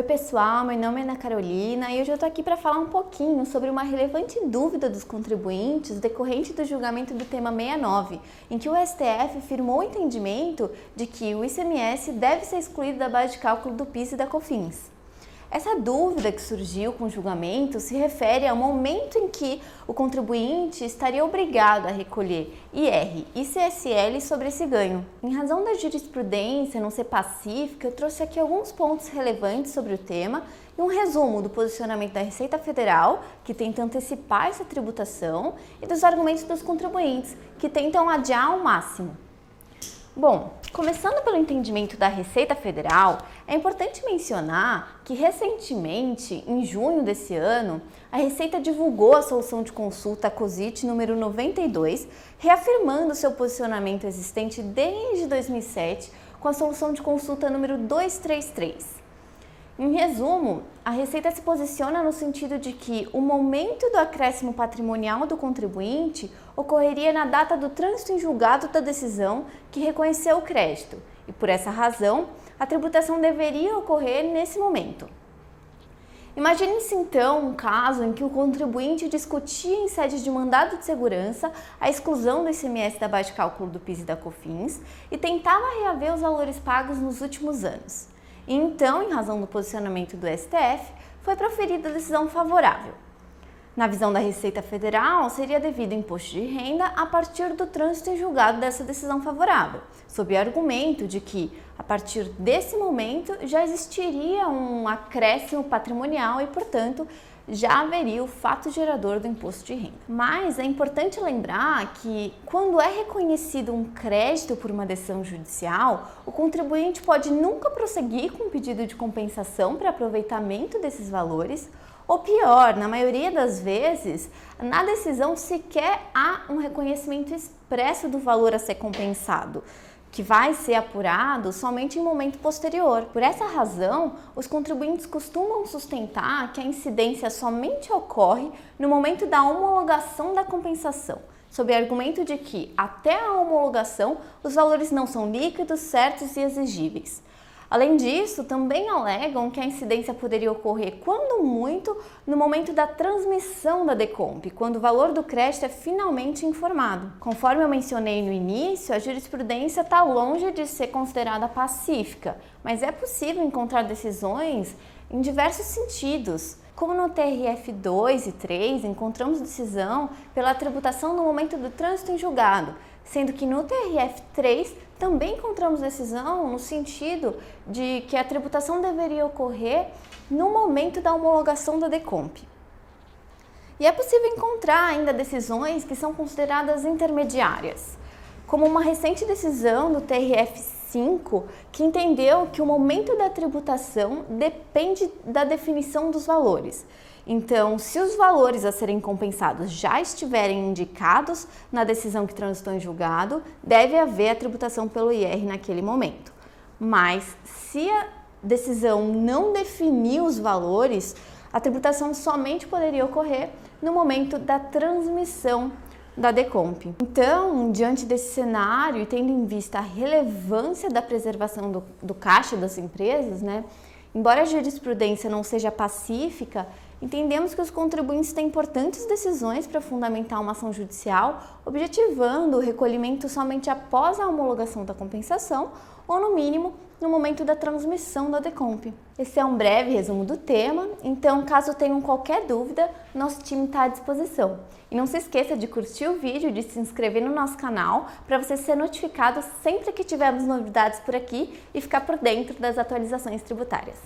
pessoal, meu nome é Ana Carolina e hoje eu tô aqui para falar um pouquinho sobre uma relevante dúvida dos contribuintes decorrente do julgamento do tema 69, em que o STF firmou o entendimento de que o ICMS deve ser excluído da base de cálculo do PIS e da COFINS. Essa dúvida que surgiu com o julgamento se refere ao momento em que o contribuinte estaria obrigado a recolher IR e CSL sobre esse ganho. Em razão da jurisprudência não ser pacífica, eu trouxe aqui alguns pontos relevantes sobre o tema e um resumo do posicionamento da Receita Federal, que tenta antecipar essa tributação, e dos argumentos dos contribuintes, que tentam adiar ao máximo. Bom, começando pelo entendimento da Receita Federal, é importante mencionar que recentemente, em junho desse ano, a Receita divulgou a solução de consulta COSIT número 92, reafirmando seu posicionamento existente desde 2007 com a solução de consulta número 233. Em resumo, a Receita se posiciona no sentido de que o momento do acréscimo patrimonial do contribuinte ocorreria na data do trânsito em julgado da decisão que reconheceu o crédito, e por essa razão, a tributação deveria ocorrer nesse momento. Imagine-se então um caso em que o contribuinte discutia em sede de mandado de segurança a exclusão do ICMS da base de cálculo do PIS e da COFINS e tentava reaver os valores pagos nos últimos anos. E então, em razão do posicionamento do STF, foi proferida a decisão favorável. Na visão da Receita Federal, seria devido imposto de renda a partir do trânsito em julgado dessa decisão favorável, sob o argumento de que, a partir desse momento, já existiria um acréscimo patrimonial e, portanto, já haveria o fato gerador do imposto de renda. Mas é importante lembrar que, quando é reconhecido um crédito por uma decisão judicial, o contribuinte pode nunca prosseguir com o pedido de compensação para aproveitamento desses valores, ou pior, na maioria das vezes, na decisão sequer há um reconhecimento expresso do valor a ser compensado, que vai ser apurado somente em momento posterior. Por essa razão, os contribuintes costumam sustentar que a incidência somente ocorre no momento da homologação da compensação, sob o argumento de que, até a homologação, os valores não são líquidos, certos e exigíveis. Além disso, também alegam que a incidência poderia ocorrer, quando muito, no momento da transmissão da DECOMP, quando o valor do crédito é finalmente informado. Conforme eu mencionei no início, a jurisprudência está longe de ser considerada pacífica, mas é possível encontrar decisões em diversos sentidos. Como no TRF 2 e 3, encontramos decisão pela tributação no momento do trânsito em julgado, sendo que no TRF 3 também encontramos decisão no sentido de que a tributação deveria ocorrer no momento da homologação da DECOMP. E é possível encontrar ainda decisões que são consideradas intermediárias, como uma recente decisão do TRF 5, que entendeu que o momento da tributação depende da definição dos valores. Então, se os valores a serem compensados já estiverem indicados na decisão que transitou em julgado, deve haver a tributação pelo IR naquele momento. Mas, se a decisão não definir os valores, a tributação somente poderia ocorrer no momento da transmissão da DECOMP. Então, diante desse cenário e tendo em vista a relevância da preservação do caixa das empresas, embora a jurisprudência não seja pacífica, entendemos que os contribuintes têm importantes decisões para fundamentar uma ação judicial, objetivando o recolhimento somente após a homologação da compensação ou, no mínimo, no momento da transmissão da DECOMP. Esse é um breve resumo do tema, então, caso tenham qualquer dúvida, nosso time está à disposição. E não se esqueça de curtir o vídeo, de se inscrever no nosso canal, para você ser notificado sempre que tivermos novidades por aqui e ficar por dentro das atualizações tributárias.